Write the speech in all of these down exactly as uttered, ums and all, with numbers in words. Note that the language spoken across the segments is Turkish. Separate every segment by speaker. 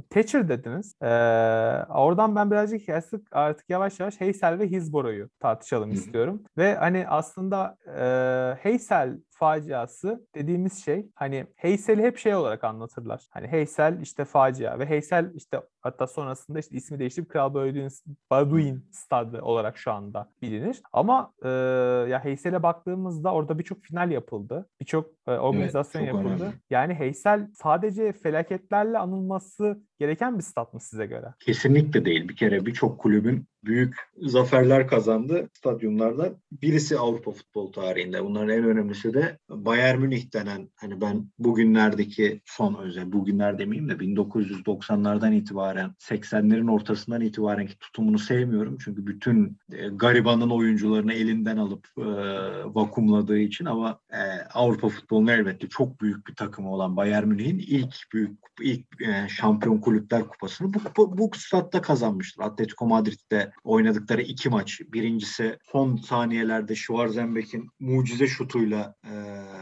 Speaker 1: Thatcher dediniz. Ee, oradan ben birazcık artık, artık yavaş yavaş Heysel ve Hillsborough'u tartışalım istiyorum. Ve hani aslında e, Heysel faciası dediğimiz şey, hani Heysel'i hep şey olarak anlatırlar. Hani Heysel işte facia ve Heysel işte hatta sonrasında işte ismi değiştirip Kral Baudouin, Baudouin Stadı olarak şu anda bilinir. Ama e, ya Heysel'e baktığımızda orada birçok final yapıldı. Birçok e,
Speaker 2: Evet,
Speaker 1: organizasyon
Speaker 2: çok önemli.
Speaker 1: yapıldı. Yani Heysel sadece felaketlerle anılması gereken bir stat mı size göre?
Speaker 2: Kesinlikle değil. Bir kere birçok kulübün büyük zaferler kazandı stadyumlarda. Birisi Avrupa futbol tarihinde. Bunların en önemlisi de Bayern Münih denen, hani ben bugünlerdeki son özel, bugünler demeyeyim de bin dokuz yüz doksanlardan itibaren, seksenlerin ortasından itibaren ki tutumunu sevmiyorum. Çünkü bütün e, garibanın oyuncularını elinden alıp e, vakumladığı için, ama e, Avrupa futbolunun elbette çok büyük bir takımı olan Bayern Münih'in ilk büyük ilk e, şampiyon kulüpler kupasını bu, bu, bu statta kazanmıştır. Atletico Madrid'de oynadıkları iki maç. Birincisi son saniyelerde Schwarzenbeck'in mucize şutuyla e,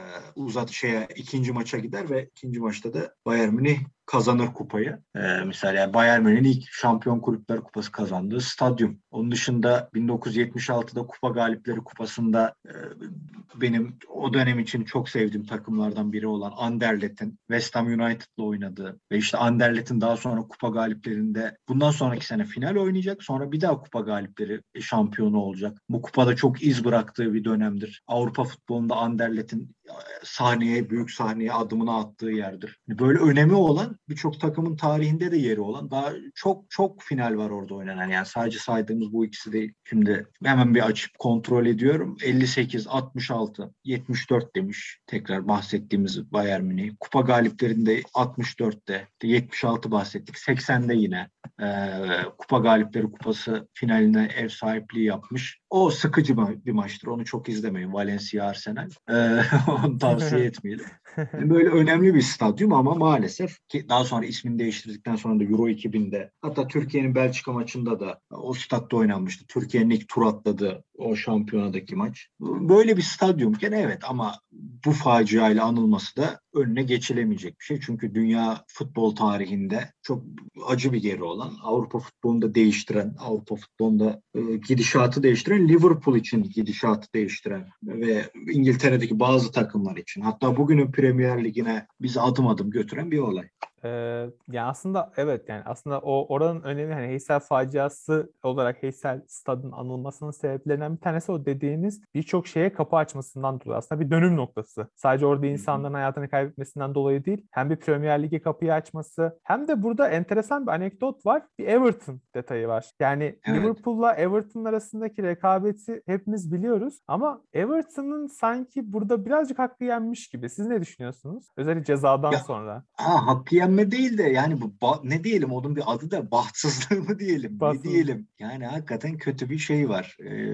Speaker 2: uzat şeye ikinci maça gider ve ikinci maçta da Bayern Münih kazanır kupayı. Ee, mesela yani Bayern Münih'in ilk Şampiyon Kulüpler Kupası kazandığı stadyum. Onun dışında bin dokuz yüz yetmiş altıda Kupa Galipleri Kupası'nda e, benim o dönem için çok sevdiğim takımlardan biri olan Anderlet'in West Ham United'la oynadığı ve işte Anderlet'in daha sonra Kupa Galiplerinde bundan sonraki sene final oynayacak. Sonra bir daha Kupa Galipleri şampiyonu olacak. Bu kupada çok iz bıraktığı bir dönemdir. Avrupa futbolunda Anderlet'in sahneye, büyük sahneye adımını attığı yerdir. Böyle önemi olan, birçok takımın tarihinde de yeri olan daha çok çok final var orada oynanan. Yani sadece saydığımız bu ikisi değil. Şimdi hemen bir açıp kontrol ediyorum. elli sekiz, altmış altı, yetmiş dört demiş tekrar bahsettiğimiz Bayern Münih. Kupa galiplerinde altmış dörtte, yetmiş altı bahsettik. seksende yine e, Kupa Galipleri Kupası finaline ev sahipliği yapmış. O sıkıcı bir maçtır. Onu çok izlemeyin. Valencia Arsenal. E, onu tavsiye etmeyelim. Yani böyle önemli bir stadyum ama maalesef ki daha sonra ismini değiştirdikten sonra da Euro iki binde, hatta Türkiye'nin Belçika maçında da o statta oynanmıştı. Türkiye'nin ilk tur atladığı o şampiyonadaki maç. Böyle bir stadyumken evet, ama bu faciayla anılması da önüne geçilemeyecek bir şey. Çünkü dünya futbol tarihinde çok acı bir yeri olan, Avrupa futbolunu da değiştiren, Avrupa futbolunda e, gidişatı değiştiren, Liverpool için gidişatı değiştiren ve İngiltere'deki bazı takımlar için, hatta bugünün Premier Ligi'ne bizi adım adım götüren bir olay.
Speaker 1: Ee, yani aslında evet, yani aslında o oranın önemi, hani Heysel faciası olarak Heysel stadın anılmasının sebeplerinden bir tanesi o dediğiniz birçok şeye kapı açmasından dolayı, aslında bir dönüm noktası. Sadece orada insanların hayatını kaybetmesinden dolayı değil, hem bir Premier Lig'e kapıyı açması, hem de burada enteresan bir anekdot var. Bir Everton detayı var. Yani
Speaker 2: Evet.
Speaker 1: Liverpool'la Everton arasındaki rekabeti hepimiz biliyoruz ama Everton'ın sanki burada birazcık hakkı yenmiş gibi. Siz ne düşünüyorsunuz? Özellikle cezadan
Speaker 2: Ya,
Speaker 1: sonra.
Speaker 2: ha, hakkı yenme değil de yani bu ba- ne diyelim, onun bir adı da bahtsızlığı mı diyelim, ne
Speaker 1: Bahtsız.
Speaker 2: diyelim, yani hakikaten kötü bir şey var. Ee,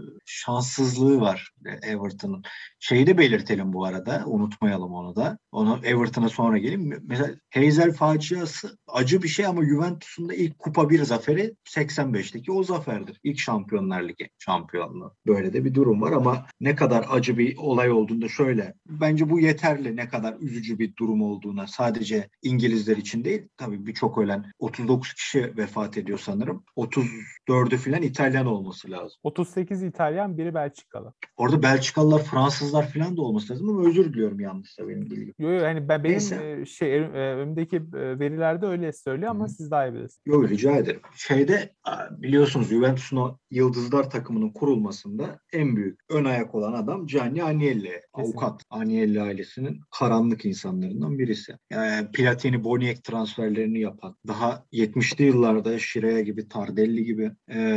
Speaker 2: şanssızlığı var Everton'un. Şeyi de belirtelim bu arada, unutmayalım onu da. Onu Everton'a sonra gelin. Mesela Heysel faciası acı bir şey ama Juventus'un da ilk Kupa bir zaferi seksen beşteki o zaferdir. İlk Şampiyonlar Ligi şampiyonluğu. Böyle de bir durum var ama ne kadar acı bir olay olduğunda şöyle. Bence bu yeterli, ne kadar üzücü bir durum olduğuna. Sadece İngilizler için değil, tabii birçok ölen, otuz dokuz kişi vefat ediyor sanırım. otuz dördü filan İtalyan olması lazım.
Speaker 1: otuz sekiz İtalyan, biri Belçikalı.
Speaker 2: Orada Belçikalılar, Fransızlar filan da olması lazım ama özür diliyorum yanlışsa benim bilgim.
Speaker 1: Yo, yo, hani ben benim
Speaker 2: Neyse.
Speaker 1: e, şey e, önümdeki e, verilerde öyle söylüyor ama
Speaker 2: Hı-hı.
Speaker 1: siz daha iyi bilirsiniz.
Speaker 2: Yok, rica ederim. Şeyde biliyorsunuz Juventus'un o Yıldızlar takımının kurulmasında en büyük ön ayak olan adam Gianni Agnelli.
Speaker 1: Kesin.
Speaker 2: Avukat. Agnelli ailesinin karanlık insanlarından birisi. Yani Platini, Boniek transferlerini yapan, daha yetmişli yıllarda Şireya gibi, Tardelli gibi,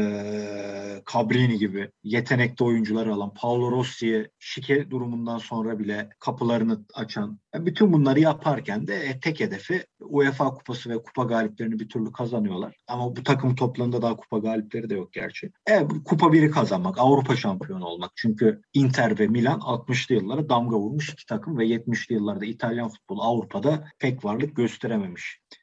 Speaker 2: ee, Cabrini gibi yetenekli oyuncular alan, Paolo Rossi'ye şike durumundan sonra bile kapılarını açan, yani bütün bunları yaparken de tek hedefi UEFA Kupası ve Kupa galiplerini bir türlü kazanıyorlar. Ama bu takım toplamında daha kupa galipleri de yok gerçi. Evet, Kupa biri kazanmak, Avrupa şampiyonu olmak. Çünkü Inter ve Milan altmışlı yıllara damga vurmuş iki takım ve yetmişli yıllarda İtalyan futbolu Avrupa'da pek varlık gösterememiş.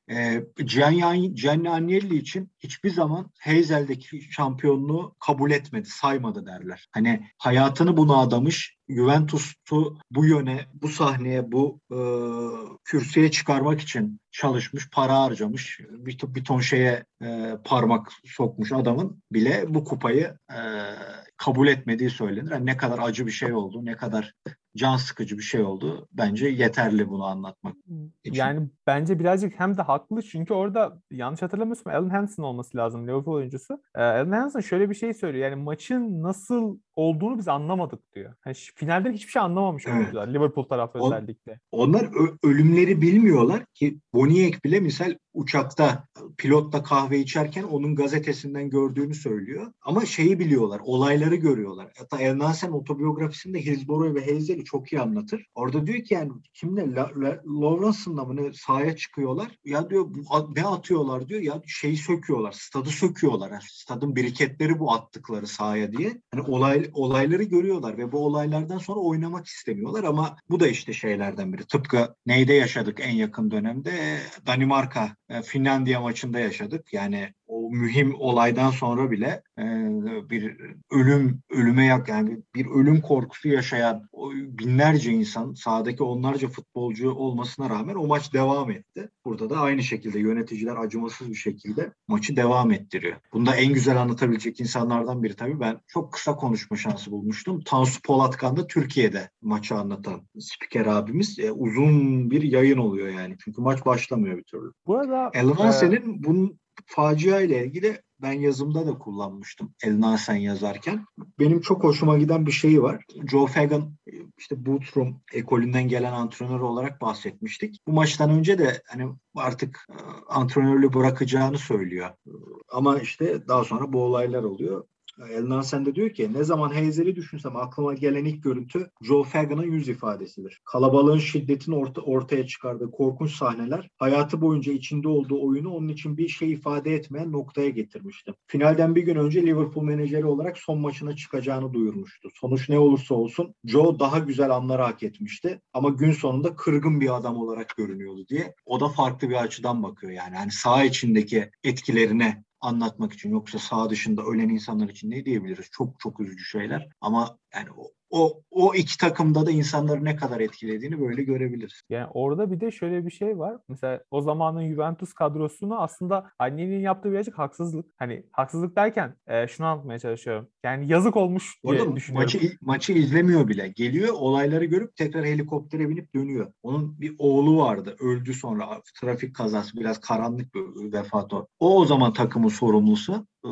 Speaker 2: e, Gianni, Gianni Agnelli için hiçbir zaman Heysels'deki şampiyonluğu kabul etmedi, saymadı derler. Hani hayatını buna adamış, Juventus'u bu yöne, bu sahneye, bu e, kürsüye çıkarmak için çalışmış, para harcamış, bir, bir ton şeye e, parmak sokmuş adamın bile bu kupayı e, kabul etmediği söylenir. Yani ne kadar acı bir şey oldu, ne kadar can sıkıcı bir şey oldu. Bence yeterli bunu anlatmak için.
Speaker 1: Yani bence birazcık hem de haklı çünkü orada yanlış hatırlamıyorsam Alan Hansen olması lazım, Liverpool oyuncusu. Ee, Alan Hansen şöyle bir şey söylüyor. Yani maçın nasıl olduğunu biz anlamadık diyor. Yani finalden hiçbir şey anlamamış
Speaker 2: Evet.
Speaker 1: oyuncular. Liverpool tarafı
Speaker 2: On,
Speaker 1: özellikle.
Speaker 2: Onlar ö- ölümleri bilmiyorlar ki Boniek bile misal uçakta pilotla kahve içerken onun gazetesinden gördüğünü söylüyor. Ama şeyi biliyorlar, olayları görüyorlar. Hatta El Nasen otobiyografisinde Hillsborough ve Heysels'i çok iyi anlatır. Orada diyor ki yani kimle La, La, Lawrence'ınla mı ne sahaya çıkıyorlar. Ya diyor bu, ne atıyorlar diyor ya şeyi söküyorlar, stadı söküyorlar. Yani stadın biriketleri bu attıkları sahaya diye. Hani olay olayları görüyorlar ve bu olaylardan sonra oynamak istemiyorlar ama bu da işte şeylerden biri. Tıpkı neyde yaşadık en yakın dönemde? Danimarka, Finlandiya maçında yaşadık. Yani o mühim olaydan sonra bile e, bir ölüm, ölüme yak yani bir ölüm korkusu yaşayan binlerce insan, sahadaki onlarca futbolcu olmasına rağmen o maç devam etti. Burada da aynı şekilde yöneticiler acımasız bir şekilde maçı devam ettiriyor. Bunda en güzel anlatabilecek insanlardan biri tabii ben çok kısa konuşma şansı bulmuştum. Tansu Polatkan da Türkiye'de maçı anlatan spiker abimiz. E, uzun bir yayın oluyor yani. Çünkü maç başlamıyor bir türlü.
Speaker 1: Burada
Speaker 2: El
Speaker 1: e,
Speaker 2: Nasen'in bunun facia ile ilgili ben yazımda da kullanmıştım El Nasen yazarken. Benim çok hoşuma giden bir şeyi var. Joe Fagan işte Bootrom ekolünden gelen antrenör olarak bahsetmiştik. Bu maçtan önce de hani artık antrenörlüğü bırakacağını söylüyor. Ama işte daha sonra bu olaylar oluyor. El Nasen de diyor ki ne zaman Heysels'i düşünsem aklıma gelen ilk görüntü Joe Fagan'ın yüz ifadesidir. Kalabalığın şiddetini orta, ortaya çıkardığı korkunç sahneler hayatı boyunca içinde olduğu oyunu onun için bir şey ifade etmeyen noktaya getirmişti. Finalden bir gün önce Liverpool menajeri olarak son maçına çıkacağını duyurmuştu. Sonuç ne olursa olsun Joe daha güzel anları hak etmişti ama gün sonunda kırgın bir adam olarak görünüyordu diye. O da farklı bir açıdan bakıyor yani. Yani saha içindeki etkilerine anlatmak için yoksa saha dışında ölen insanlar için ne diyebiliriz? Çok çok üzücü şeyler ama yani o o o iki takımda da insanları ne kadar etkilediğini böyle görebiliriz.
Speaker 1: Yani orada bir de şöyle bir şey var. Mesela o zamanın Juventus kadrosunu aslında Agnelli'nin yaptığı birazcık haksızlık. Hani haksızlık derken e, şunu anlatmaya çalışıyorum. Yani yazık olmuş diye
Speaker 2: Orada
Speaker 1: düşünüyorum.
Speaker 2: maçı maçı izlemiyor bile. Geliyor, olayları görüp tekrar helikoptere binip dönüyor. Onun bir oğlu vardı. Öldü sonra. Trafik kazası, biraz karanlık bir vefat o. O o zaman takımın sorumlusu. Ee,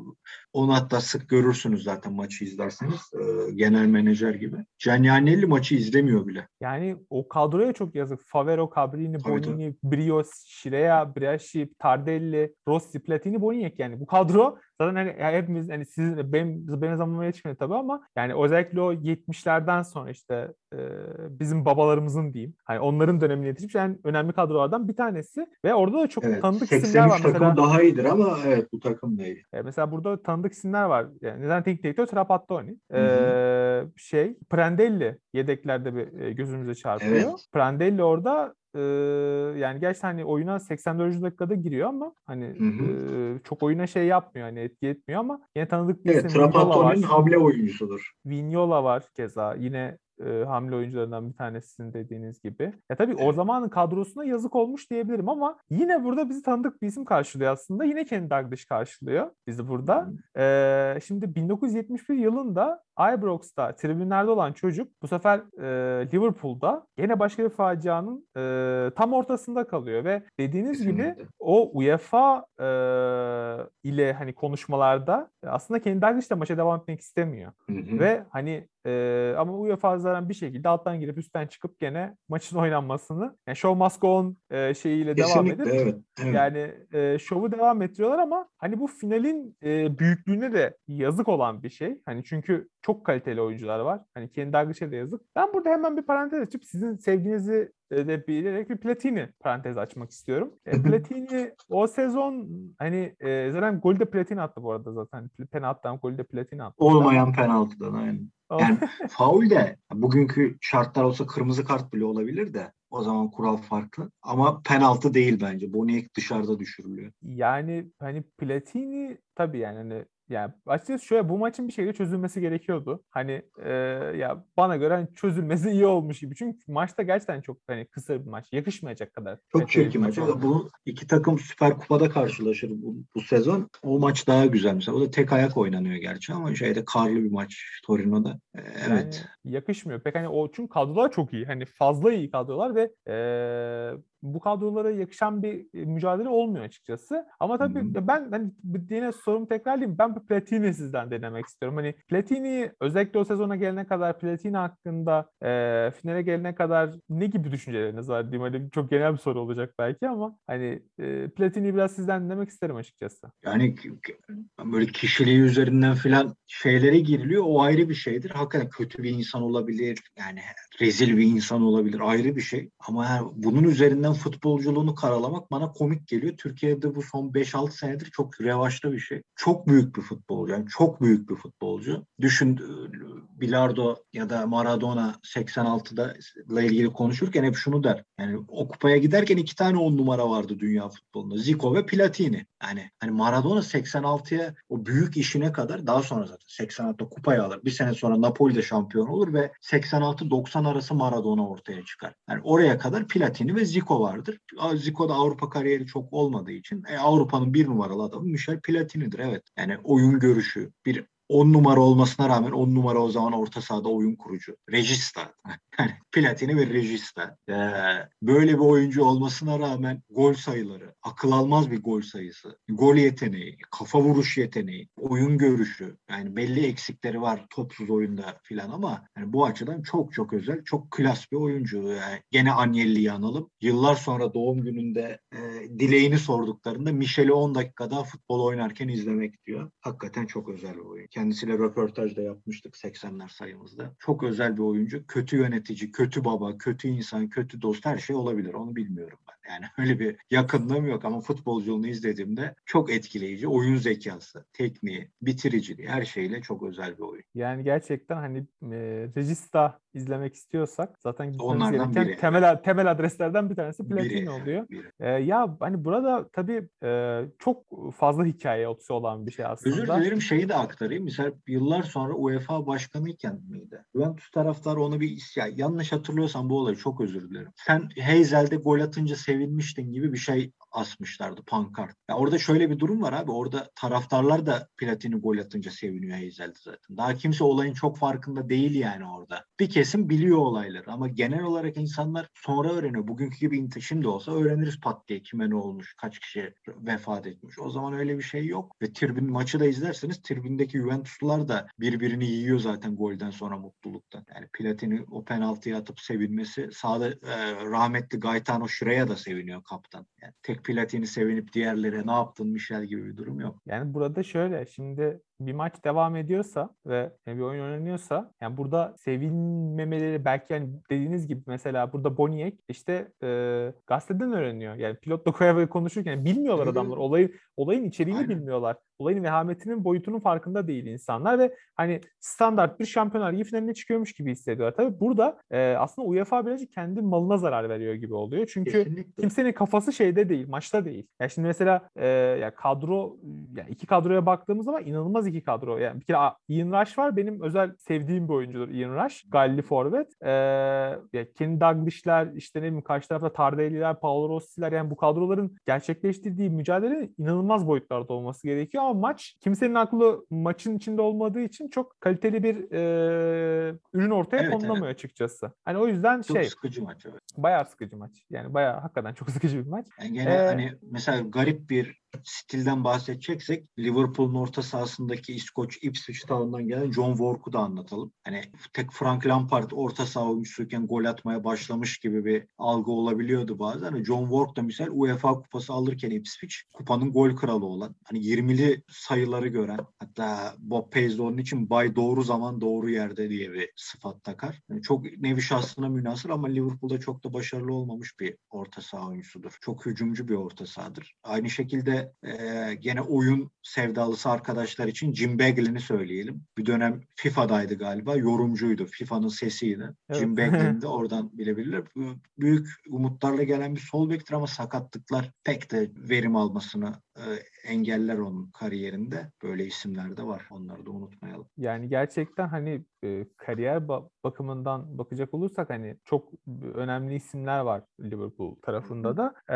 Speaker 2: Onu hatta sık görürsünüz zaten maçı izlerseniz. Ee, genel menajer gibi. Giannielli maçı izlemiyor bile.
Speaker 1: Yani o kadroya çok yazık. Favero, Cabrini,
Speaker 2: Tabii tabii.
Speaker 1: Bonini, Brios, Scirea, Braschi, Tardelli, Rossi, Platini, Boniek yani bu kadro zaten hani hepimiz hani sizin benim benim zamanıma yetişmedi tabii ama yani özellikle o yetmişlerden sonra işte e, bizim babalarımızın diyeyim. Hani onların dönemine yetişmiş en önemli kadrolardan bir tanesi ve orada da çok
Speaker 2: Evet.
Speaker 1: tanıdık isimler
Speaker 2: seksen
Speaker 1: var
Speaker 2: üç takımı
Speaker 1: mesela.
Speaker 2: daha iyidir ama evet bu takım da iyi.
Speaker 1: E, mesela burada tanıdık isimler var. Yani neden teknik direktör? Trapattoni.
Speaker 2: Hı hı.
Speaker 1: E, şey Prandelli yedeklerde bir e, gözümüze çarpıyor.
Speaker 2: Evet.
Speaker 1: Prandelli orada e, yani gerçekten hani oyuna seksen dördüncü dakikada giriyor ama hani
Speaker 2: Hı
Speaker 1: e,
Speaker 2: hı.
Speaker 1: çok oyuna şey yapmıyor hani etki etmiyor ama yine tanıdık bir
Speaker 2: Evet,
Speaker 1: isim Vignola
Speaker 2: Trapattoni'nin
Speaker 1: var.
Speaker 2: hamle oyuncusudur.
Speaker 1: Vignola var keza yine e, hamle oyuncularından bir tanesinin dediğiniz gibi. Ya tabii o zamanın kadrosuna yazık olmuş diyebilirim ama yine burada bizi tanıdık bir isim karşılıyor aslında. Yine Kenny Dalglish karşılıyor bizi burada. E, şimdi bin dokuz yüz yetmiş bir yılında Ibrox'ta tribünlerde olan çocuk bu sefer e, Liverpool'da gene başka bir facianın e, tam ortasında kalıyor ve dediğiniz gibi
Speaker 2: Kesinlikle.
Speaker 1: o UEFA e, ile hani konuşmalarda aslında Kenny Dalglish de maça devam etmek istemiyor.
Speaker 2: Hı hı.
Speaker 1: Ve hani e, ama UEFA zaten bir şekilde alttan girip üstten çıkıp gene maçın oynanmasını yani show must go on e, şeyiyle devam
Speaker 2: Kesinlikle
Speaker 1: edip
Speaker 2: evet. Evet.
Speaker 1: yani e, şovu devam ettiriyorlar ama hani bu finalin e, büyüklüğüne de yazık olan bir şey. Hani çünkü çok kaliteli oyuncular var. Hani Kenny Dalglish'e de yazık. Ben burada hemen bir parantez açıp sizin sevginizi e, de bilerek bir Platini parantez açmak istiyorum. E, Platini o sezon hani e, zaten golü de Platini attı bu arada zaten penaltıdan golü de Platini atmıştı.
Speaker 2: Olmayan penaltıdan aynen. Yani faul de bugünkü şartlar olsa kırmızı kart bile olabilir de o zaman kural farklı. Ama penaltı değil bence. Boniek dışarıda düşürülüyor.
Speaker 1: Yani hani Platini tabii yani hani yani açıkçası şöyle bu maçın bir şekilde çözülmesi gerekiyordu. Hani e, ya bana göre hani çözülmesi iyi olmuş gibi. Çünkü maçta gerçekten çok hani kısa bir maç. Yakışmayacak kadar
Speaker 2: Çok
Speaker 1: kaliteli bir
Speaker 2: çirkin maç.
Speaker 1: maç olmuş.
Speaker 2: Bu iki takım Süper Kupa'da karşılaşır bu, bu sezon. O maç daha güzel mesela. O da tek ayak oynanıyor gerçi ama şeyde karlı bir maç Torino'da. Ee, evet.
Speaker 1: Yani yakışmıyor. Pek hani o çünkü kadrolar çok iyi. Hani fazla iyi kadrolar ve e, bu kadrolara yakışan bir mücadele olmuyor açıkçası. Ama tabii
Speaker 2: Hı-hı.
Speaker 1: ben hani yine sorumu tekrarlayayım. Ben bu Platini sizden denemek istiyorum. Hani Platini özellikle o sezona gelene kadar Platini hakkında e, finale gelene kadar ne gibi düşünceleriniz var diyeyim. Hani çok genel bir soru olacak belki ama hani e, Platini'yi biraz sizden dinlemek isterim açıkçası.
Speaker 2: Yani böyle kişiliği üzerinden filan şeylere giriliyor. O ayrı bir şeydir. Hakikaten kötü bir insan olabilir. Yani rezil bir insan olabilir. Ayrı bir şey. Ama yani bunun üzerinden futbolculuğunu karalamak bana komik geliyor. Türkiye'de bu son beş altı senedir çok revaçta bir şey. Çok büyük bir futbolcu. Yani çok büyük bir futbolcu. Düşün Bilardo ya da Maradona seksen altıda ile ilgili konuşurken hep şunu der. Yani o kupaya giderken iki tane on numara vardı dünya futbolunda. Zico ve Platini. Yani hani Maradona seksen altıya o büyük işine kadar daha sonra zaten seksen altıda kupayı alır. Bir sene sonra Napoli'de şampiyon olur ve seksen altı doksan arası Maradona ortaya çıkar. Yani oraya kadar Platini ve Zico vardır. Zico'da Avrupa kariyeri çok olmadığı için e, Avrupa'nın bir numaralı adamı Michel Platini'dir. Evet. Yani oyun görüşü, bir on numara olmasına rağmen on numara o zaman orta sahada oyun kurucu. Regista. Yani Platini ve Regista. Ee, böyle bir oyuncu olmasına rağmen gol sayıları, akıl almaz bir gol sayısı, gol yeteneği, kafa vuruş yeteneği, oyun görüşü. Yani belli eksikleri var topsuz oyunda filan ama yani bu açıdan çok çok özel, çok klas bir oyuncu. Yani gene Agnelli'yi analım. Yıllar sonra doğum gününde e, dileğini sorduklarında Michel'i on dakika daha futbol oynarken izlemek diyor. Hakikaten çok özel bir oyuncu. Kendisiyle röportaj da yapmıştık seksenler sayımızda. Çok özel bir oyuncu. Kötü yönetici, kötü baba, kötü insan, kötü dost her şey olabilir. Onu bilmiyorum ben. Yani öyle bir yakınlığım yok ama futbolculuğunu izlediğimde çok etkileyici. Oyun zekası, tekniği, bitiriciliği her şeyle çok özel bir oyun.
Speaker 1: Yani gerçekten hani e, Regista izlemek istiyorsak zaten gitmemiz
Speaker 2: Onlardan
Speaker 1: gereken
Speaker 2: biri. Evet.
Speaker 1: temel temel adreslerden bir tanesi
Speaker 2: Biri.
Speaker 1: Platini
Speaker 2: Evet,
Speaker 1: oluyor.
Speaker 2: biri.
Speaker 1: E, ya hani burada tabii e, çok fazla hikaye otisi olan bir şey
Speaker 2: Özür
Speaker 1: aslında.
Speaker 2: dilerim şeyi de aktarayım. Mesela yıllar sonra UEFA başkanıyken miydi? Juventus taraftarı ona bir isyan. Yanlış hatırlıyorsam bu olayı çok özür dilerim. Sen Hazel'de gol atınca sevinmiştin gibi bir şey asmışlardı pankart. Ya orada şöyle bir durum var abi. Orada taraftarlar da Platini gol atınca seviniyor Hazel'de zaten. Daha kimse olayın çok farkında değil yani orada. Bir kesim biliyor olayları ama genel olarak insanlar sonra öğreniyor. Bugünkü gibi şimdi olsa öğreniriz pat diye kime ne olmuş, kaç kişi vefat etmiş. O zaman öyle bir şey yok. Ve tribün maçı da izlerseniz tribündeki Juventuslular da birbirini yiyor zaten golden sonra mutluluktan. Yani Platini o penaltıyı atıp sevinmesi sağda e, rahmetli Gaetano Şire'ye da seviniyor kaptan. Yani tek Platini sevinip diğerlere ne yaptın Michel gibi bir durum yok.
Speaker 1: Yani burada şöyle şimdi bir maç devam ediyorsa ve bir oyun oynanıyorsa yani burada sevinmemeleri belki yani dediğiniz gibi mesela burada Boniek işte e, gazeteden öğreniyor. Yani pilotla Koya'yla konuşurken bilmiyorlar
Speaker 2: Evet,
Speaker 1: adamlar.
Speaker 2: evet.
Speaker 1: Olayın olayın içeriğini
Speaker 2: Aynen.
Speaker 1: bilmiyorlar. Olayın vehametinin boyutunun farkında değil insanlar ve hani standart bir Şampiyonlar Ligi finaline çıkıyormuş gibi hissediyorlar. Tabii burada e, aslında UEFA birazcık kendi malına zarar veriyor gibi oluyor. Çünkü
Speaker 2: Kesinlikle.
Speaker 1: kimsenin kafası şeyde değil, maçta değil. Ya şimdi mesela e, ya kadro yani iki kadroya baktığımız zaman inanılmaz iki kadro. Yani bir kere Ian Rush var. Benim özel sevdiğim bir oyuncudur Ian Rush. Galli forvet. Ee, ya Kenny Dalglish'ler, işte ne bileyim karşı tarafta Tardelli'ler, Paolo Rossi'ler yani bu kadroların gerçekleştirdiği mücadelenin inanılmaz boyutlarda olması gerekiyor ama maç kimsenin aklı maçın içinde olmadığı için çok kaliteli bir e, ürün ortaya
Speaker 2: Evet, evet.
Speaker 1: konulamıyor açıkçası. Hani o yüzden
Speaker 2: Çok
Speaker 1: şey
Speaker 2: sıkıcı maç, evet.
Speaker 1: bayağı sıkıcı maç. Yani bayağı hakikaten çok sıkıcı bir maç.
Speaker 2: Yani gene
Speaker 1: Ee,
Speaker 2: hani mesela garip bir stilden bahsedeceksek Liverpool'un orta sahasındaki İskoç Ipswich Town'dan gelen John Work'u da anlatalım. Hani tek Frank Lampard orta saha oyuncusuyken gol atmaya başlamış gibi bir algı olabiliyordu bazen. Hani John Work da misal UEFA kupası alırken Ipswich kupanın gol kralı olan hani yirmili sayıları gören hatta Bob Paisley onun için bay doğru zaman doğru yerde diye bir sıfat takar. Yani çok nevi şahsına münhasır ama Liverpool'da çok da başarılı olmamış bir orta saha oyuncusudur. Çok hücumcu bir orta sahadır. Aynı şekilde de e, gene oyun sevdalısı arkadaşlar için Jim Baglin'i söyleyelim. Bir dönem FIFA'daydı galiba. Yorumcuydu. FIFA'nın sesiydi.
Speaker 1: Evet.
Speaker 2: Jim Baglin'i de oradan bilebilirler. Büyük umutlarla gelen bir sol bektir ama sakatlıklar pek de verim almasını e, engeller onun kariyerinde. Böyle isimler de var. Onları da unutmayalım.
Speaker 1: Yani gerçekten hani e, kariyer ba- bakımından bakacak olursak hani çok önemli isimler var Liverpool tarafında da. E,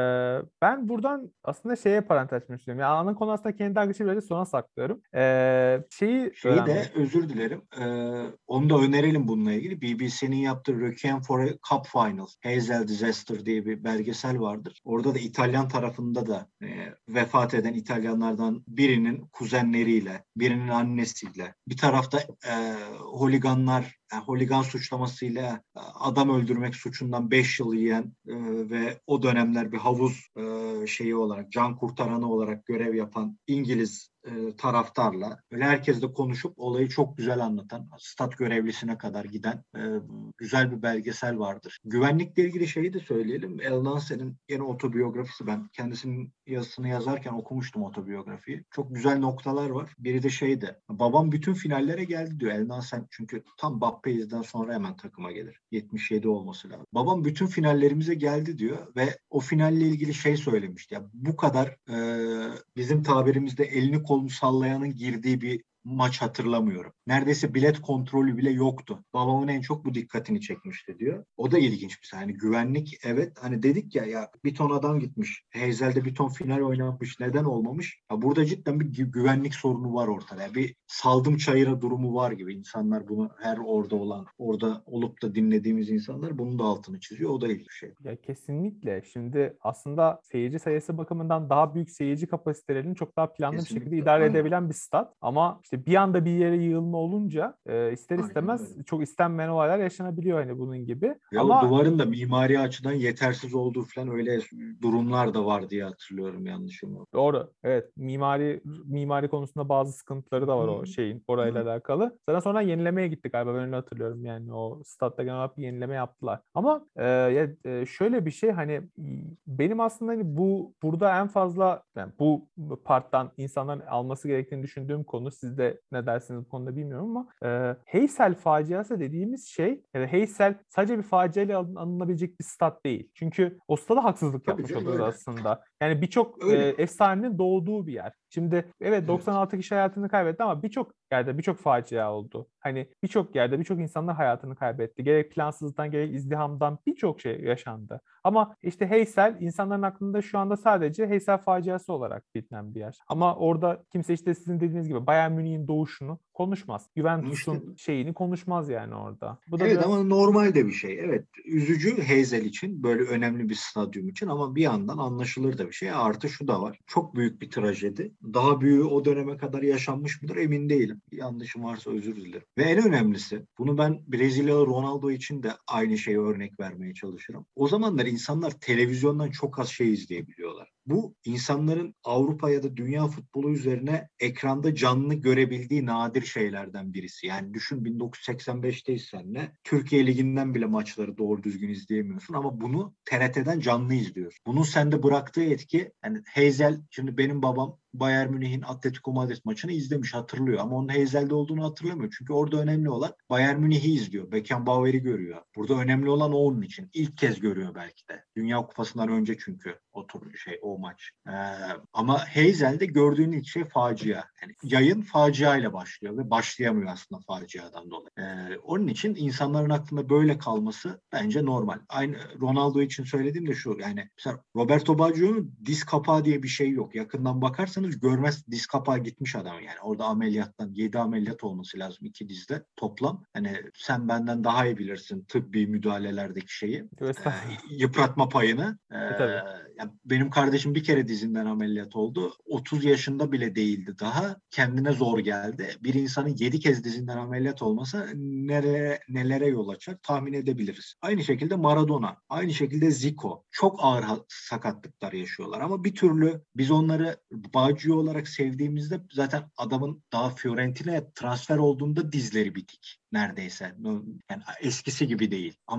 Speaker 1: ben buradan aslında şeye parantez açmak istiyorum. Yani ana konu aslında kendi arkadaşı böyle sona saklıyorum. E, şeyi
Speaker 2: Şeyi de
Speaker 1: öğrenmek.
Speaker 2: özür dilerim. E, onu da önerelim bununla ilgili. B B C'nin yaptığı Requiem for a Cup Final, Hazel Disaster diye bir belgesel vardır. Orada da İtalyan tarafında da e, vefat eden İtalyanlardan birinin kuzenleriyle, birinin annesiyle, bir tarafta e, holiganlar, yani holigan suçlamasıyla adam öldürmek suçundan beş yıl yiyen e, ve o dönemler bir havuz e, şeyi olarak, can kurtaranı olarak görev yapan İngiliz e, taraftarla öyle herkesle konuşup olayı çok güzel anlatan, stat görevlisine kadar giden e, güzel bir belgesel vardır. Güvenlikle ilgili şeyi de söyleyelim. El Nasser'in yine otobiyografisi, ben kendisinin yazısını yazarken okumuştum otobiyografiyi. Çok güzel noktalar var. Biri de şeydi. Babam bütün finallere geldi diyor. El Nasser çünkü tam Bappeiz'den sonra hemen takıma gelir. yetmiş yedi olması lazım. Babam bütün finallerimize geldi diyor ve o finalle ilgili şey söylemişti. Ya bu kadar e, bizim tabirimizde elini kolunu sallayanın girdiği bir maç hatırlamıyorum. Neredeyse bilet kontrolü bile yoktu. Babamın en çok bu dikkatini çekmişti diyor. O da ilginç bir şey. Hani güvenlik, evet, hani dedik ya ya bir ton adam gitmiş. Heyselde bir ton final oynanmış. Neden olmamış? Ya burada cidden bir gü- güvenlik sorunu var ortada. Yani bir saldım çayıra durumu var gibi. İnsanlar bunu, her orada olan, orada olup da dinlediğimiz insanlar bunun da altını çiziyor. O da ilginç bir şey.
Speaker 1: Ya kesinlikle. Şimdi aslında seyirci sayısı bakımından daha büyük seyirci kapasitelerini çok daha planlı bir şekilde
Speaker 2: Kesinlikle.
Speaker 1: idare
Speaker 2: Aynen.
Speaker 1: edebilen bir stat. Ama işte bir anda bir yere yığılma olunca e, ister
Speaker 2: Aynen öyle.
Speaker 1: istemez çok istenmeyen olaylar yaşanabiliyor hani bunun gibi.
Speaker 2: Ya o
Speaker 1: Ama
Speaker 2: duvarın da mimari açıdan yetersiz olduğu falan öyle durumlar da var diye hatırlıyorum, yanlışım yok.
Speaker 1: doğru. Evet. Mimari mimari konusunda bazı sıkıntıları da var o şeyin orayla
Speaker 2: Hı.
Speaker 1: alakalı. Zaten sonra yenilemeye gittik galiba. Ben öyle hatırlıyorum. Yani o statta genel olarak bir yenileme yaptılar. Ama e, ya, e, şöyle bir şey hani benim aslında hani bu burada en fazla yani bu parttan insanların alması gerektiğini düşündüğüm konu, siz de ne dersiniz bu konuda bilmiyorum ama e, Heysel faciası dediğimiz şey, yani Heysel sadece bir faciayla alın- alınabilecek bir stat değil. Çünkü o stada haksızlık
Speaker 2: Tabii
Speaker 1: yapmış
Speaker 2: canım,
Speaker 1: oluyoruz
Speaker 2: öyle.
Speaker 1: aslında. Yani birçok e,
Speaker 2: Öyle.
Speaker 1: efsanenin doğduğu bir yer. Şimdi evet doksan
Speaker 2: Evet.
Speaker 1: altı kişi hayatını kaybetti ama birçok yerde birçok facia oldu. Hani birçok yerde birçok insanlar hayatını kaybetti. Gerek plansızlıktan gerek izdihamdan birçok şey yaşandı. Ama işte Heysel insanların aklında şu anda sadece Heysel faciası olarak bilinen bir yer. Ama orada kimse işte sizin dediğiniz gibi Bayern Münih'in doğuşunu konuşmaz.
Speaker 2: İşte
Speaker 1: Juventus'un şeyini konuşmaz yani orada. Bu da
Speaker 2: evet,
Speaker 1: biraz
Speaker 2: ama normal de bir şey. Evet, üzücü Heysel için, böyle önemli bir stadyum için, ama bir yandan anlaşılır da bir şey. Artı şu da var. Çok büyük bir trajedi. Daha büyüğü o döneme kadar yaşanmış mıdır emin değilim. Yanlışım varsa özür dilerim. Ve en önemlisi, bunu ben Brezilyalı Ronaldo için de aynı şeyi örnek vermeye çalışırım. O zamanlar insanlar televizyondan çok az şey izleyebiliyorlar. Bu insanların Avrupa ya da dünya futbolu üzerine ekranda canlı görebildiği nadir şeylerden birisi. Yani düşün, bin dokuz yüz seksen beşteyiz senle. Türkiye Ligi'nden bile maçları doğru düzgün izleyemiyorsun ama bunu T R T'den canlı izliyorsun. Bunun sende bıraktığı etki, yani Heysel, şimdi benim babam Bayern Münih'in Atletico Madrid maçını izlemiş, hatırlıyor ama onun Heysel'de olduğunu hatırlamıyor. Çünkü orada önemli olan Bayern Münih'i izliyor. Beckenbauer'i görüyor. Burada önemli olan o onun için. İlk kez görüyor belki de. Dünya Kupası'ndan önce çünkü o tur şey o maç. Ee, ama Heysel'de gördüğün ilk şey facia. Yani yayın facia ile başlıyor ve başlayamıyor aslında faciadan dolayı. Ee, onun için insanların aklında böyle kalması bence normal. Aynı Ronaldo için söylediğim de şu, yani mesela Roberto Baggio'nun diz kapağı diye bir şey yok. Yakından bakarsanız görmez, diz kapağı gitmiş adam yani. Orada ameliyattan yedi ameliyat olması lazım iki dizde toplam. Hani sen benden daha iyi bilirsin tıbbi müdahalelerdeki şeyi. Ee,
Speaker 1: estağfurullah.
Speaker 2: yıpratma payını. Ee,
Speaker 1: E tabii.
Speaker 2: yani benim kardeşim bir kere dizinden ameliyat oldu. otuz yaşında bile değildi daha. Kendine zor geldi. Bir insanın yedi kez dizinden ameliyat olması nereye, nelere yol açar tahmin edebiliriz. Aynı şekilde Maradona, aynı şekilde Zico. Çok ağır sakatlıklar yaşıyorlar ama bir türlü biz onları Baggio olarak sevdiğimizde zaten adamın daha Fiorentina'ya transfer olduğunda dizleri bitik neredeyse. Yani eskisi gibi değil. Ama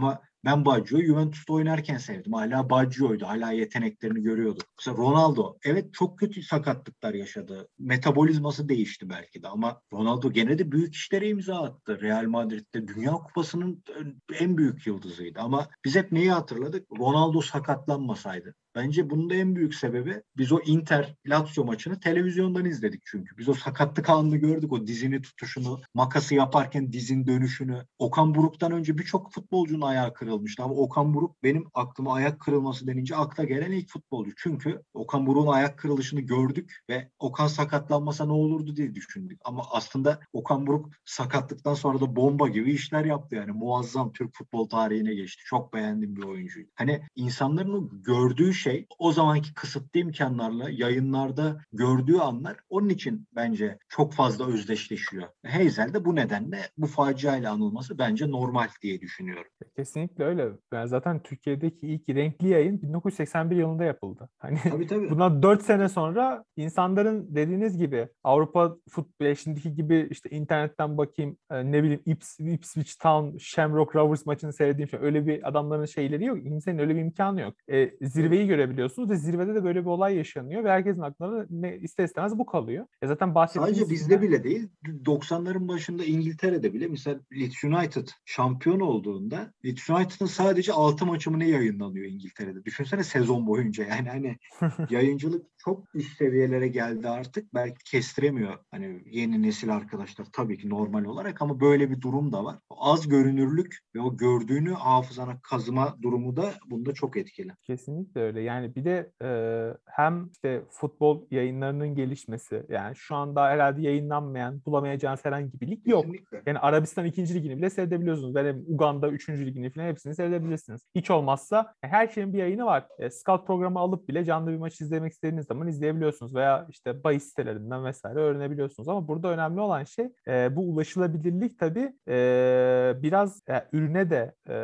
Speaker 2: Ben Baggio'yu Juventus'ta oynarken sevdim. Hala Baggio'ydu. Hala yeteneklerini görüyorduk. Mesela Ronaldo evet çok kötü sakatlıklar yaşadı. Metabolizması değişti belki de ama Ronaldo gene de büyük işlere imza attı. Real Madrid'de Dünya Kupası'nın en büyük yıldızıydı ama biz hep neyi hatırladık? Ronaldo sakatlanmasaydı. Bence bunun da en büyük sebebi biz o Inter Lazio maçını televizyondan izledik çünkü. Biz o sakatlık anını gördük. O dizini tutuşunu, makası yaparken dizin dönüşünü. Okan Buruk'tan önce birçok futbolcunun ayağı kırılmıştı. Ama Okan Buruk benim aklıma ayak kırılması denince akla gelen ilk futbolcu. Çünkü Okan Buruk'un ayak kırılışını gördük ve Okan sakatlanmasa ne olurdu diye düşündük. Ama aslında Okan Buruk sakatlıktan sonra da bomba gibi işler yaptı yani. Muazzam Türk futbol tarihine geçti. Çok beğendiğim bir oyuncuydu. Hani insanların o gördüğü şey o zamanki kısıtlı imkanlarla yayınlarda gördüğü anlar onun için bence çok fazla özdeşleşiyor. Heysel de bu nedenle bu faciayla anılması bence normal diye düşünüyorum.
Speaker 1: Kesinlikle öyle. Yani zaten Türkiye'deki ilk renkli yayın bin dokuz yüz seksen bir yılında yapıldı. Hani
Speaker 2: tabii, tabii.
Speaker 1: bundan dört sene sonra insanların dediğiniz gibi Avrupa futbolu şimdiki gibi işte internetten bakayım ne bileyim Ips, Ipswich Town, Shamrock Rovers maçını seyredeyim. Şey. Öyle bir adamların şeyleri yok. Kimsenin öyle bir imkanı yok. E, zirveyi görebiliyorsunuz ve zirvede de böyle bir olay yaşanıyor ve herkesin aklına ne ister istemez bu kalıyor. E zaten bahsettiğimiz
Speaker 2: sadece bizde bile değil doksanların başında İngiltere'de bile mesela Leeds United şampiyon olduğunda Leeds United'ın sadece altı maçı mı ne yayınlanıyor İngiltere'de. Düşünsene sezon boyunca yani hani yayıncılık çok üst seviyelere geldi artık. Belki kestiremiyor hani yeni nesil arkadaşlar tabii ki normal olarak ama böyle bir durum da var. Az görünürlük ve o gördüğünü hafızana kazıma durumu da bunda çok etkili.
Speaker 1: Kesinlikle öyle. Yani bir de e, hem işte futbol yayınlarının gelişmesi yani şu anda herhalde yayınlanmayan bulamayacağınız herhangi bir lig yok.
Speaker 2: Kesinlikle.
Speaker 1: Yani Arabistan ikinci ligini bile seyredebiliyorsunuz. Yani Uganda üçüncü ligini falan hepsini seyredebilirsiniz. Hiç olmazsa her şeyin bir yayını var. E, scout programı alıp bile canlı bir maç izlemek istediğiniz zaman izleyebiliyorsunuz veya işte bahis sitelerinden vesaire öğrenebiliyorsunuz. Ama burada önemli olan şey e, bu ulaşılabilirlik tabii e, biraz e, ürüne de e,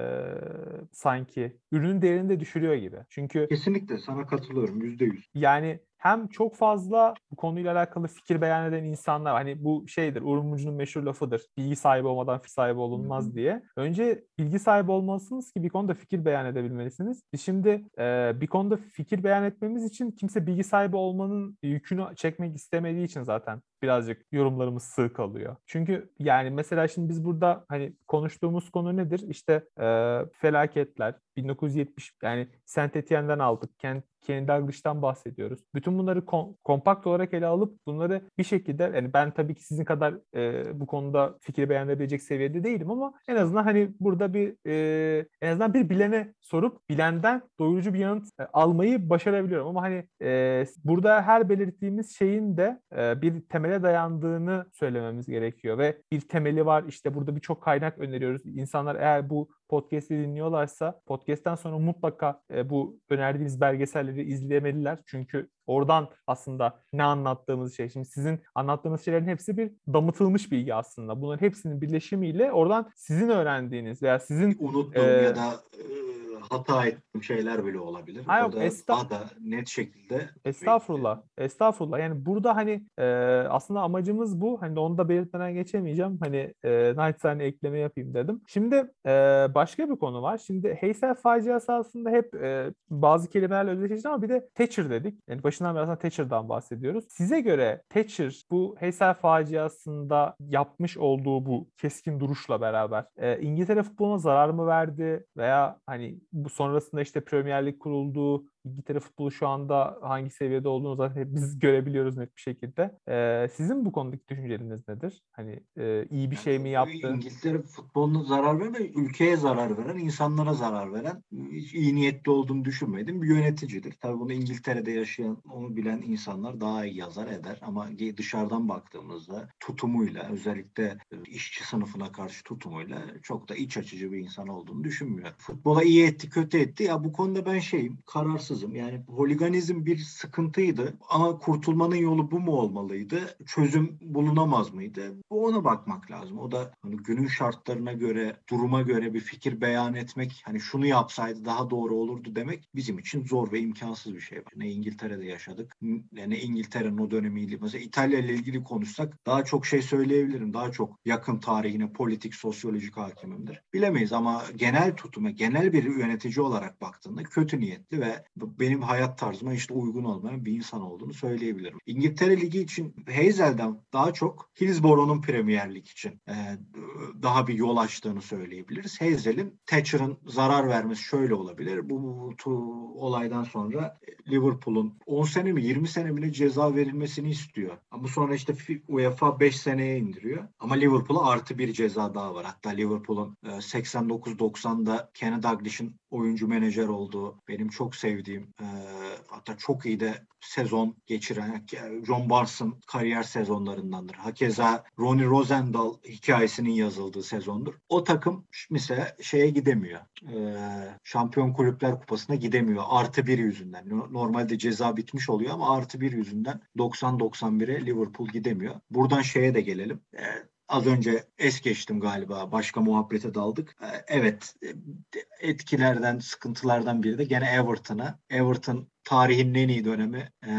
Speaker 1: sanki ürünün değerini de düşürüyor gibi. Çünkü
Speaker 2: kesinlikle sana katılıyorum yüzde yüz.
Speaker 1: yani hem çok fazla bu konuyla alakalı fikir beyan eden insanlar hani bu şeydir Uğur Mumcu'nun meşhur lafıdır. Bilgi sahibi olmadan fikir sahibi olunmaz
Speaker 2: Hı-hı.
Speaker 1: diye. Önce bilgi sahibi olmalısınız ki bir konuda fikir beyan edebilmelisiniz. Biz şimdi e, bir konuda fikir beyan etmemiz için kimse bilgi sahibi olmanın yükünü çekmek istemediği için zaten birazcık yorumlarımız sığ kalıyor. Çünkü yani mesela şimdi biz burada hani konuştuğumuz konu nedir? İşte e, felaketler, bin dokuz yüz yetmiş yani Saint Etienne'den aldık. Kent Kenny Dalglish'ten bahsediyoruz. Bütün bunları kom- kompakt olarak ele alıp bunları bir şekilde yani ben tabii ki sizin kadar e, bu konuda fikri beğenebilecek seviyede değilim ama en azından hani burada bir e, en azından bir bilene sorup bilenden doyurucu bir yanıt e, almayı başarabiliyorum ama hani e, burada her belirttiğimiz şeyin de e, bir temele dayandığını söylememiz gerekiyor ve bir temeli var. İşte burada birçok kaynak öneriyoruz. İnsanlar eğer bu podcast'i dinliyorlarsa podcast'ten sonra mutlaka e, bu önerdiğimiz belgeselleri izlemeliler. Çünkü oradan aslında ne anlattığımız şey. Şimdi sizin anlattığınız şeylerin hepsi bir damıtılmış bilgi aslında. Bunların hepsinin birleşimiyle oradan sizin öğrendiğiniz veya sizin
Speaker 2: unuttuğum e, ya da e, hata ettiğim şeyler bile olabilir.
Speaker 1: Ha yok,
Speaker 2: Orada
Speaker 1: esta-
Speaker 2: daha da net şekilde
Speaker 1: estağfurullah. Estağfurullah. Yani burada hani e, aslında amacımız bu. Hani onu da belirtmeden geçemeyeceğim. Hani e, naçizane ekleme yapayım dedim. Şimdi e, başka bir konu var. Şimdi Heysel faciası aslında hep e, bazı kelimelerle özdeşleşti ama bir de Thatcher dedik. Yani başından beri aslında Thatcher'dan bahsediyoruz. Size göre Thatcher bu Heysel faciasında yapmış olduğu bu keskin duruşla beraber e, İngiltere futboluna zarar mı verdi veya hani bu sonrasında işte Premier Lig kuruldu, İngiltere futbolu şu anda hangi seviyede olduğunu zaten hep biz görebiliyoruz net bir şekilde. Ee, sizin bu konudaki düşünceleriniz nedir? Hani e, iyi bir
Speaker 2: yani
Speaker 1: şey mi yaptı?
Speaker 2: İngiltere futboluna zarar veren ve ülkeye zarar veren, insanlara zarar veren, hiç iyi niyetli olduğunu düşünmedim bir yöneticidir. Tabii bunu İngiltere'de yaşayan, onu bilen insanlar daha iyi yazar eder ama dışarıdan baktığımızda tutumuyla, özellikle işçi sınıfına karşı tutumuyla çok da iç açıcı bir insan olduğunu düşünmüyorum. Futbola iyi etti, kötü etti. Ya bu konuda ben şeyim, kararsız kararsızım. Yani holiganizm bir sıkıntıydı ama kurtulmanın yolu bu mu olmalıydı? Çözüm bulunamaz mıydı? Ona bakmak lazım. O da hani günün şartlarına göre, duruma göre bir fikir beyan etmek, hani şunu yapsaydı daha doğru olurdu demek bizim için zor ve imkansız bir şey. Ne İngiltere'de yaşadık, ne İngiltere'nin o dönemiyle. Mesela İtalya ile ilgili konuşsak daha çok şey söyleyebilirim. Daha çok yakın tarihine politik, sosyolojik hakimimdir. Bilemeyiz ama genel tutuma, genel bir yönetici olarak baktığında kötü niyetli ve benim hayat tarzıma işte uygun olmayan bir insan olduğunu söyleyebilirim. İngiltere Ligi için Hazel'den daha çok Hillsborough'un Premier Lig için e, daha bir yol açtığını söyleyebiliriz. Hazel'in Thatcher'ın zarar vermesi şöyle olabilir. Bu, bu, bu olaydan sonra Liverpool'un on sene mi yirmi sene mi ceza verilmesini istiyor. Ama sonra işte UEFA beş seneye indiriyor. Ama Liverpool'a artı bir ceza daha var. Hatta Liverpool'un seksen dokuz doksanda Kenny Dalglish'in oyuncu menajer olduğu, benim çok sevdiğim, e, hatta çok iyi de sezon geçiren John Barnes'ın kariyer sezonlarındandır. Hakeza Ronnie Rosendahl hikayesinin yazıldığı sezondur. O takım mesela şeye gidemiyor. E, Şampiyon Kulüpler Kupası'na gidemiyor. Artı bir yüzünden. Normalde ceza bitmiş oluyor ama artı bir yüzünden doksan doksan bire Liverpool gidemiyor. Buradan şeye de gelelim. E, Az önce es geçtim galiba. Başka muhabbete daldık. Evet, etkilerden, sıkıntılardan biri de gene Everton'a. Everton tarihin en iyi dönemi ee,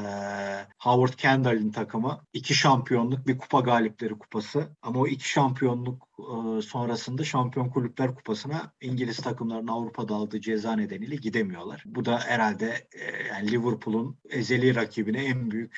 Speaker 2: Howard Kendall'in takımı. İki şampiyonluk, bir kupa galipleri kupası. Ama o iki şampiyonluk e, sonrasında Şampiyon Kulüpler Kupası'na İngiliz takımlarının Avrupa'da aldığı ceza nedeniyle gidemiyorlar. Bu da herhalde e, yani Liverpool'un ezeli rakibine en büyük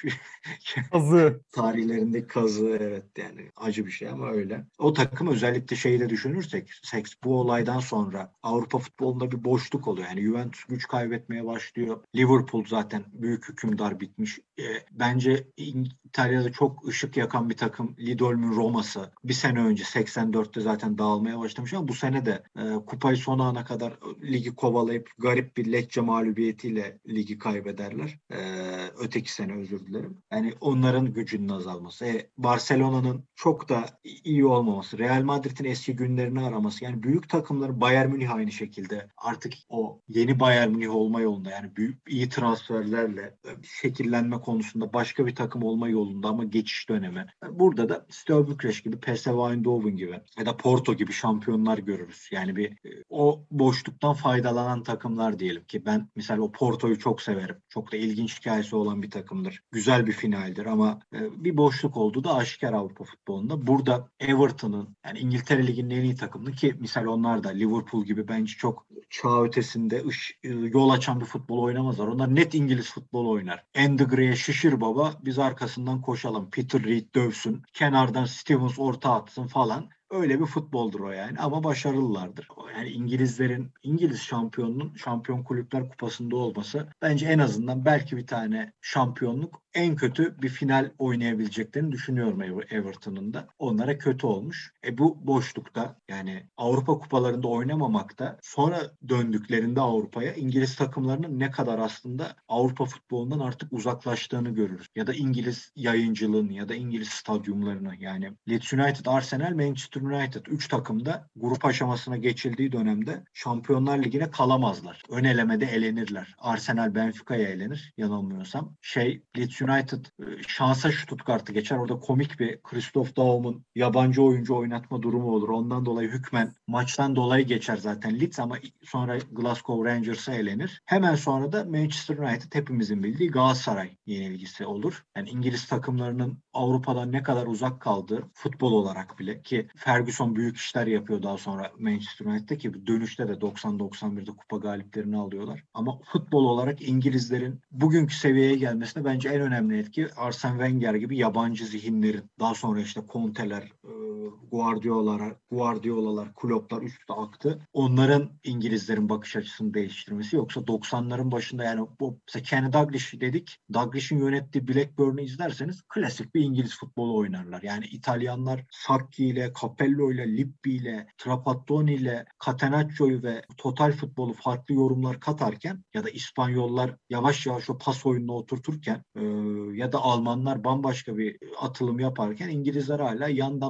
Speaker 1: kazı.
Speaker 2: tarihlerindeki kazı, evet, yani acı bir şey ama öyle. O takım özellikle şeyi de düşünürsek bu olaydan sonra Avrupa futbolunda bir boşluk oluyor. Yani Juventus güç kaybetmeye başlıyor. Liverpool zaten büyük hükümdar bitmiş. E, bence İtalya'da çok ışık yakan bir takım Lidolm'ün Roma'sı. Bir sene önce seksen dörtte zaten dağılmaya başlamış ama bu sene de e, kupayı son ana kadar ligi kovalayıp garip bir Lecce mağlubiyetiyle ligi kaybederler. E, öteki sene özür dilerim. Yani onların gücünün azalması. E, Barcelona'nın çok da iyi olmaması. Real Madrid'in eski günlerini araması. Yani büyük takımların, Bayern Münih aynı şekilde artık o yeni Bayern Münih olma yolunda, yani büyük iyi transferlerle şekillenme konusunda başka bir takım olma yolunda ama geçiş dönemi. Burada da Steaua Bükreş gibi, P S V Eindhoven gibi ya da Porto gibi şampiyonlar görürüz. Yani bir o boşluktan faydalanan takımlar diyelim ki ben mesela o Porto'yu çok severim. Çok da ilginç hikayesi olan bir takımdır. Güzel bir finaldir ama bir boşluk olduğu da aşikar Avrupa futbolunda. Burada Everton'ın, yani İngiltere Ligi'nin en iyi takımı ki misal onlar da Liverpool gibi bence çok çağ ötesinde ış, yol açan bir futbol oynamazlar. Onlar net İngiliz futbolu oynar. Andy Gray'e şişir baba, biz arkasından koşalım. Peter Reid dövsün. Kenardan Stevens orta atsın falan. Öyle bir futboldur o yani ama başarılılardır. Yani İngilizlerin, İngiliz şampiyonunun Şampiyon Kulüpler Kupası'nda olması bence en azından belki bir tane şampiyonluk, en kötü bir final oynayabileceklerini düşünüyorum Everton'un da. Onlara kötü olmuş. E bu boşlukta, yani Avrupa kupalarında oynamamakta, sonra döndüklerinde Avrupa'ya İngiliz takımlarının ne kadar aslında Avrupa futbolundan artık uzaklaştığını görürüz. Ya da İngiliz yayıncılığını ya da İngiliz stadyumlarını, yani Leeds United, Arsenal, Manchester United üç takımda grup aşamasına geçildiği dönemde Şampiyonlar Ligi'ne kalamazlar. Ön elemede elenirler. Arsenal Benfica'ya elenir yanılmıyorsam. Şey Leeds United şansa Stuttgart'ı geçer. Orada komik bir Christoph Daum'un yabancı oyuncu oynatma durumu olur. Ondan dolayı hükmen maçtan dolayı geçer zaten Leeds ama sonra Glasgow Rangers'a elenir. Hemen sonra da Manchester United hepimizin bildiği Galatasaray yenilgisi olur. Yani İngiliz takımlarının Avrupa'dan ne kadar uzak kaldığı futbol olarak bile, ki Ferguson büyük işler yapıyor daha sonra Manchester United'de ki dönüşte de doksan doksan birde kupa galiplerini alıyorlar. Ama futbol olarak İngilizlerin bugünkü seviyeye gelmesine bence en önemli etki Arsene Wenger gibi yabancı zihinlerin, daha sonra işte Conte'ler, Guardiola'lar, Guardiola'lar, Klopp'lar üstte aktı. Onların İngilizlerin bakış açısını değiştirmesi. Yoksa doksanların başında yani bu mesela Kenny Dalglish dedik. Dalglish'in yönettiği Blackburn'u izlerseniz klasik bir İngiliz futbolu oynarlar. Yani İtalyanlar Sacchi ile, Capello ile, Lippi ile, Trapattoni ile, Catenaccio'yu ve total futbolu farklı yorumlar katarken ya da İspanyollar yavaş yavaş o pas oyununa oturturken e, ya da Almanlar bambaşka bir atılım yaparken İngilizler hala yandan orta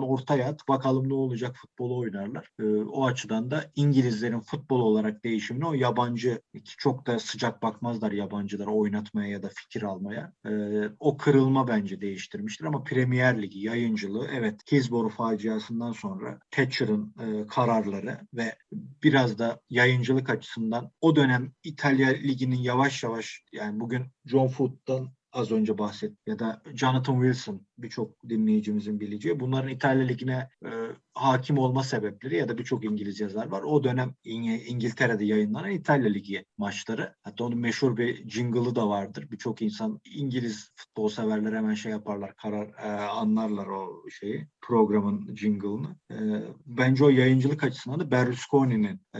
Speaker 2: ortaya at, bakalım ne olacak, futbolu oynarlar. E, o açıdan da İngilizlerin futbol olarak değişimine o yabancı, ki çok da sıcak bakmazlar yabancılara oynatmaya ya da fikir almaya. E, o kırılma bence değiştirmiştir ama Premier Ligi yayıncılığı, evet, Hillsborough faciasından sonra Thatcher'ın e, kararları ve biraz da yayıncılık açısından o dönem İtalya Ligi'nin yavaş yavaş, yani bugün John Foot'tan az önce bahsettim ya da Jonathan Wilson, birçok dinleyicimizin bileceği, bunların İtalya Ligi'ne e, hakim olma sebepleri ya da birçok İngiliz yazar var. O dönem İng- İngiltere'de yayınlanan İtalya Ligi maçları. Hatta onun meşhur bir jingle'ı da vardır. Birçok insan, İngiliz futbol severler hemen şey yaparlar, karar e, anlarlar o şeyi, programın jingle'ını. E, bence o yayıncılık açısından da Berlusconi'nin e,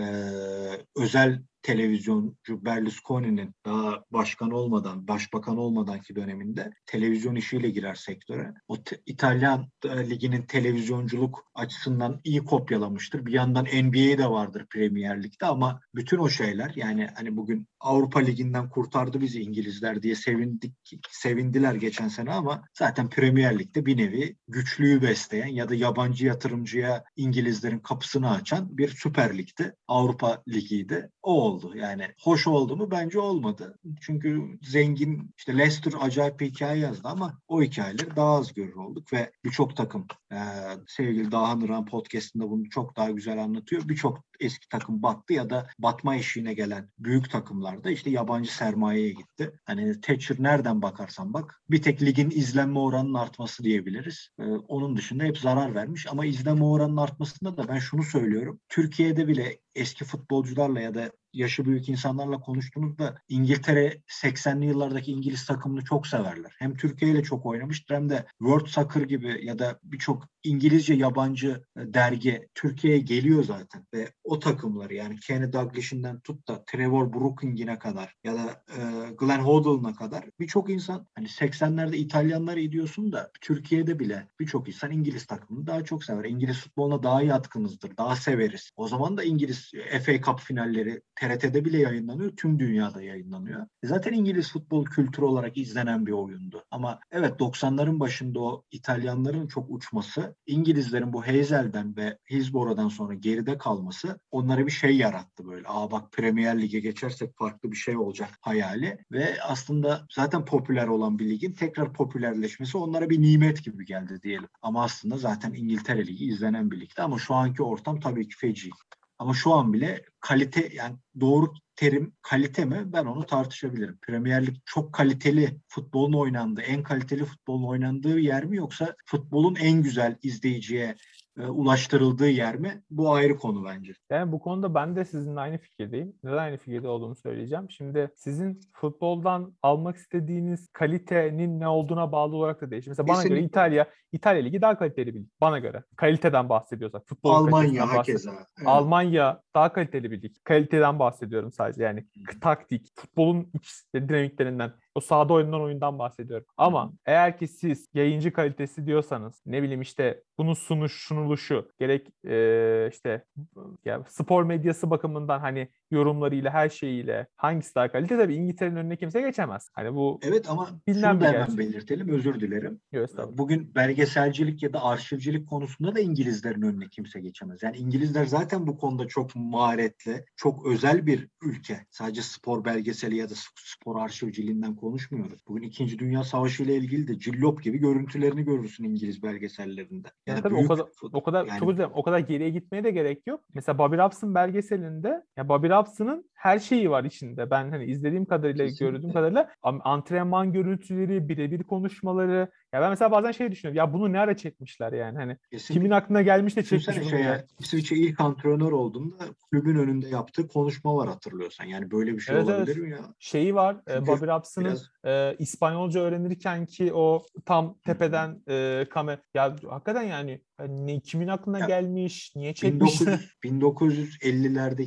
Speaker 2: özel televizyoncu Berlusconi'nin daha başkan olmadan, başbakan olmadanki döneminde televizyon işiyle girer sektöre. O te- İtalyan e, liginin televizyonculuk açısından iyi kopyalamıştır. Bir yandan N B A de vardır Premier Lig'de ama bütün o şeyler, yani hani bugün Avrupa Ligi'nden kurtardı bizi İngilizler diye sevindik, sevindiler geçen sene ama zaten Premier Lig'de bir nevi güçlüyü besleyen ya da yabancı yatırımcıya İngilizlerin kapısını açan bir Süper Lig'di. Avrupa Ligi'ydi. O oldu. Yani hoş oldu mu? Bence olmadı. Çünkü zengin, işte Leicester acayip bir hikaye yazdı ama o hikayeleri daha az görür olduk ve birçok takım, e, sevgili Dahan Iran podcastında bunu çok daha güzel anlatıyor. Birçok eski takım battı ya da batma eşiğine gelen büyük takımlarda işte yabancı sermayeye gitti. Hani Thatcher nereden bakarsan bak, bir tek ligin izlenme oranının artması diyebiliriz. E, onun dışında hep zarar vermiş ama izlenme oranının artmasında da ben şunu söylüyorum. Türkiye'de bile eski futbolcularla ya da yaşı büyük insanlarla konuştuğunuzda İngiltere seksenli yıllardaki İngiliz takımını çok severler. Hem Türkiye ile çok oynamıştır hem de World Soccer gibi ya da birçok İngilizce yabancı dergi Türkiye'ye geliyor zaten. Ve o takımları, yani Kenny Dalglish'inden tut da Trevor Brooking'ine kadar ya da e, Glenn Hoddle'ına kadar birçok insan, hani seksenlerde İtalyanları ediyorsun da Türkiye'de bile birçok insan İngiliz takımını daha çok sever. İngiliz futboluna daha yatkınızdır, daha severiz. O zaman da İngiliz F A Cup finalleri T R T'de bile yayınlanıyor, tüm dünyada yayınlanıyor. Zaten İngiliz futbol kültürü olarak izlenen bir oyundu. Ama evet, doksanların başında o İtalyanların çok uçması, İngilizlerin bu Hazel'den ve Hillsborough'dan sonra geride kalması onlara bir şey yarattı böyle. Aa bak, Premier Lig'e geçersek farklı bir şey olacak hayali ve aslında zaten popüler olan bir ligin tekrar popülerleşmesi onlara bir nimet gibi geldi diyelim. Ama aslında zaten İngiltere Ligi izlenen bir ligdi ama şu anki ortam tabii ki feci. Ama şu an bile kalite, yani doğru terim kalite mi? Ben onu tartışabilirim. Premier Lig çok kaliteli futbolun oynandığı, en kaliteli futbolun oynandığı yer mi, yoksa futbolun en güzel izleyiciye e, ulaştırıldığı yer mi? Bu ayrı konu bence.
Speaker 1: Yani bu konuda ben de sizinle aynı fikirdeyim. Neden aynı fikirde olduğumu söyleyeceğim. Şimdi sizin futboldan almak istediğiniz kalitenin ne olduğuna bağlı olarak da değişir. Mesela bana göre
Speaker 2: Kesinlikle.
Speaker 1: İtalya, İtalya Ligi daha kaliteli bir lig. Bana göre. Kaliteden bahsediyorsak, futbolun
Speaker 2: Almanya
Speaker 1: kalitesinden bahsediyorsak.
Speaker 2: hakeza. Evet.
Speaker 1: Almanya daha kaliteli bir lig. Kaliteden bahsediyorum sadece. Yani taktik, futbolun iç dinamiklerinden, o sahada oynanan oyundan bahsediyorum. Ama eğer ki siz yayıncı kalitesi diyorsanız, ne bileyim işte bunun sunuş, sunuluşu, gerek e, işte ya spor medyası bakımından hani yorumlarıyla, her şeyiyle hangisi daha kaliteli, tabii İngiltere'nin önüne kimse geçemez. Hani bu
Speaker 2: Evet ama
Speaker 1: bilinen
Speaker 2: şunu
Speaker 1: bir
Speaker 2: da hemen
Speaker 1: gerçek.
Speaker 2: belirtelim, özür dilerim.
Speaker 1: Yok, estağfurullah.
Speaker 2: Bugün belgeselcilik ya da arşivcilik konusunda da İngilizlerin önüne kimse geçemez. Yani İngilizler zaten bu konuda çok maharetli, çok özel bir ülke. Sadece spor belgeseli ya da spor arşivciliğinden konuşmuyoruz. Bugün İkinci Dünya Savaşı ile ilgili de cillop gibi görüntülerini görürsün İngiliz belgesellerinde. Ya
Speaker 1: Yani
Speaker 2: da
Speaker 1: tabii o
Speaker 2: büyük
Speaker 1: kadar o kadar
Speaker 2: yani
Speaker 1: çok özür dilerim, o kadar geriye gitmeye de gerek yok. Mesela Bobby Robson belgeselinde, ya Bobby Robson'ın her şeyi var içinde. Ben hani izlediğim kadarıyla,
Speaker 2: kesinlikle.
Speaker 1: gördüğüm kadarıyla antrenman görüntüleri, birebir konuşmaları. Ya ben mesela bazen şey düşünüyorum. Ya bunu ne ara çekmişler yani? Hani
Speaker 2: Kesinlikle.
Speaker 1: kimin aklına gelmiş de çekmiş
Speaker 2: Düşünsene
Speaker 1: bunu
Speaker 2: şey,
Speaker 1: yani.
Speaker 2: İsviçre ilk antrenör olduğunda kulübün önünde yaptığı konuşma var, hatırlıyorsan. Yani böyle bir şey
Speaker 1: Evet,
Speaker 2: olabilir
Speaker 1: evet.
Speaker 2: mi ya?
Speaker 1: Şeyi var. E,
Speaker 2: Çünkü
Speaker 1: Bobby Robson'ın
Speaker 2: biraz
Speaker 1: e, İspanyolca öğrenirken ki o tam tepeden e, kamera. Ya hakikaten yani, hani kimin aklına
Speaker 2: ya
Speaker 1: gelmiş, niye çekmişler?
Speaker 2: bin dokuz yüz bin dokuz yüz ellilerdeki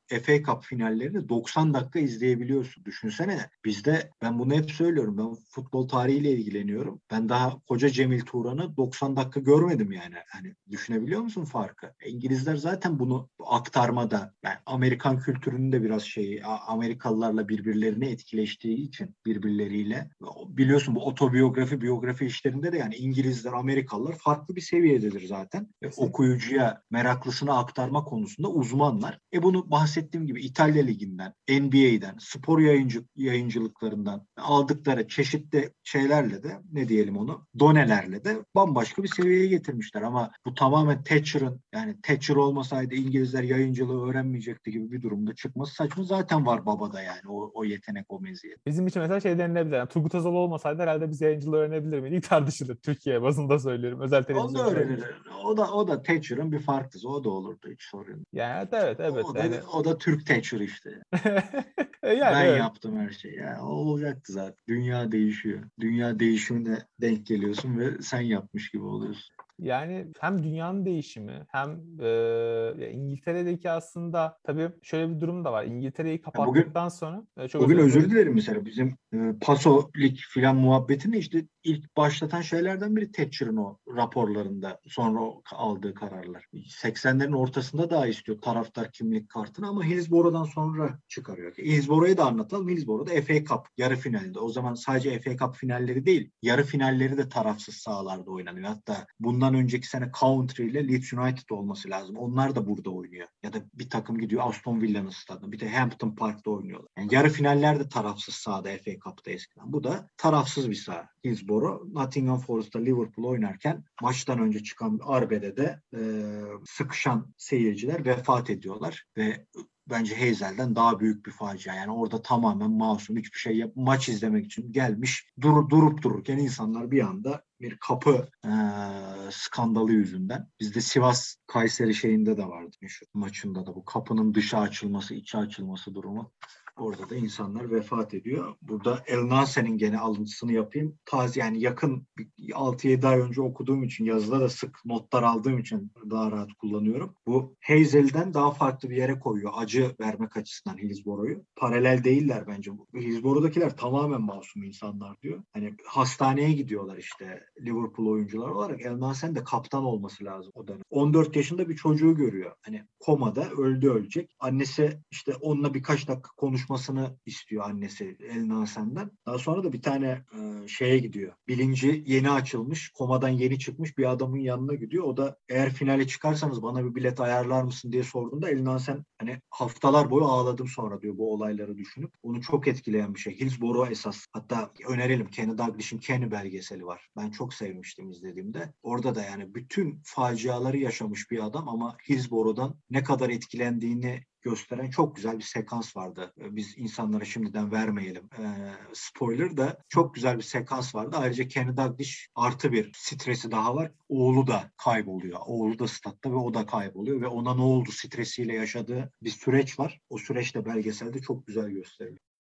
Speaker 2: F A Cup finallerini doksan dakika izleyebiliyorsun. Düşünsene, bizde, ben bunu hep söylüyorum. Ben futbol tarihiyle ilgileniyorum. Ben daha koca Cemil Turan'ı doksan dakika görmedim yani. Hani düşünebiliyor musun farkı? İngilizler zaten bunu aktarmada, yani Amerikan kültürünün de biraz şeyi, Amerikalılarla birbirlerini etkileştiği için birbirleriyle, biliyorsun bu otobiyografi, biyografi işlerinde de yani İngilizler, Amerikalılar farklı bir seviyededir zaten. E, okuyucuya, meraklısına aktarma konusunda uzmanlar. E bunu bahsettiğim gibi İtalya Ligi'nden, N B A'den, spor yayıncı, yayıncılıklarından aldıkları çeşitli şeylerle de, ne diyelim onu, donelerle de bambaşka bir seviyeye getirmişler. Ama bu tamamen Thatcher'ın, yani Thatcher olmasaydı İngilizler yayıncılığı öğrenmeyecekti gibi bir durumda çıkması saçma. Zaten var babada yani o, o yetenek, o meziyet.
Speaker 1: Bizim için mesela şey denilebilir. Yani Turgut Özal olmasaydı herhalde biz yayıncılığı öğrenebilir miydik? Tartışılır. Türkiye bazında söylüyorum. Özel
Speaker 2: Onu da
Speaker 1: televizyonda.
Speaker 2: öğrenir. O da o da Thatcher'ın bir farklısı. O da olurdu, hiç sorun.
Speaker 1: Yani evet, evet.
Speaker 2: O da
Speaker 1: Yani
Speaker 2: o da Türk Thatcher işte.
Speaker 1: yani
Speaker 2: Ben
Speaker 1: evet.
Speaker 2: yaptım her şeyi. Yani o olacaktı zaten. Dünya değişiyor. Dünya değişimine denk geliyorsun ve sen yapmış gibi oluyorsun.
Speaker 1: Yani hem dünyanın değişimi hem e, ya İngiltere'deki aslında tabii şöyle bir durum da var. İngiltere'yi
Speaker 2: Ya bugün
Speaker 1: kapattıktan sonra e, çok özür
Speaker 2: Bugün
Speaker 1: dilerim,
Speaker 2: özür
Speaker 1: buyurun.
Speaker 2: dilerim, mesela bizim e, Paso Lig filan muhabbetini işte ilk başlatan şeylerden biri Thatcher'ın o raporlarında, sonra o aldığı kararlar. seksenlerin ortasında daha istiyor taraftar kimlik kartını ama Hillsborough'dan sonra çıkarıyor. Hillsborough'u da anlatalım. Hillsborough'da F A Cup yarı finalde. O zaman sadece F A Cup finalleri değil, yarı finalleri de tarafsız sahalarda oynanıyor. Hatta bundan önceki sene Coventry ile Leeds United olması lazım. Onlar da burada oynuyor. Ya da bir takım gidiyor Aston Villa'nın stadına. Bir de Hampton Park'ta oynuyorlar. Yani yarı finaller de tarafsız sahada F A Cup'ta eskiden. Bu da tarafsız bir saha. Hillsborough, Nottingham Forest'ta Liverpool oynarken maçtan önce çıkan arbede de e, sıkışan seyirciler vefat ediyorlar ve bence Hazel'den daha büyük bir facia. Yani orada tamamen masum, hiçbir şey yap, maç izlemek için gelmiş, dur, durup dururken insanlar bir anda bir kapı e, skandalı yüzünden. Bizde Sivas Kayseri şeyinde de vardı, meşhur maçında da bu kapının dışa açılması, içe açılması durumu. Orada da insanlar vefat ediyor. Burada El Nase'nin gene alıntısını yapayım. Taze, yani yakın altı yedi ay önce okuduğum için, yazıda da sık notlar aldığım için daha rahat kullanıyorum. Bu Hazel'den daha farklı bir yere koyuyor. Acı vermek açısından Hillsborough'u. Paralel değiller bence. Hillsborough'dakiler tamamen masum insanlar diyor. Hani hastaneye gidiyorlar işte Liverpool oyuncular olarak. El Nase'nin de kaptan olması lazım o dönem. on dört yaşında bir çocuğu görüyor. Hani komada, öldü, ölecek. Annesi işte onunla birkaç dakika konuşmasını istiyor, annesi El Nasen'den. Daha sonra da bir tane e, şeye gidiyor. Bilinci yeni açılmış, komadan yeni çıkmış bir adamın yanına gidiyor. O da eğer finale çıkarsanız bana bir bilet ayarlar mısın diye sorduğunda El Nasen hani haftalar boyu ağladım sonra diyor bu olayları düşünüp. Onu çok etkileyen bir şey. Hillsborough esas. Hatta önerelim, Kenny Dalglish'in Kenny belgeseli var. Ben çok sevmiştim izlediğimde. Orada da yani bütün faciaları yaşamış bir adam ama Hillsborough'dan ne kadar etkilendiğini gösteren çok güzel bir sekans vardı. Biz insanlara şimdiden vermeyelim e, spoiler da, çok güzel bir sekans vardı. Ayrıca Kenny Dalglish artı bir stresi daha var. Oğlu da kayboluyor. Oğlu da statta ve o da kayboluyor ve ona ne oldu stresiyle yaşadığı bir süreç var. O süreç de belgeselde çok güzel gösteriliyor.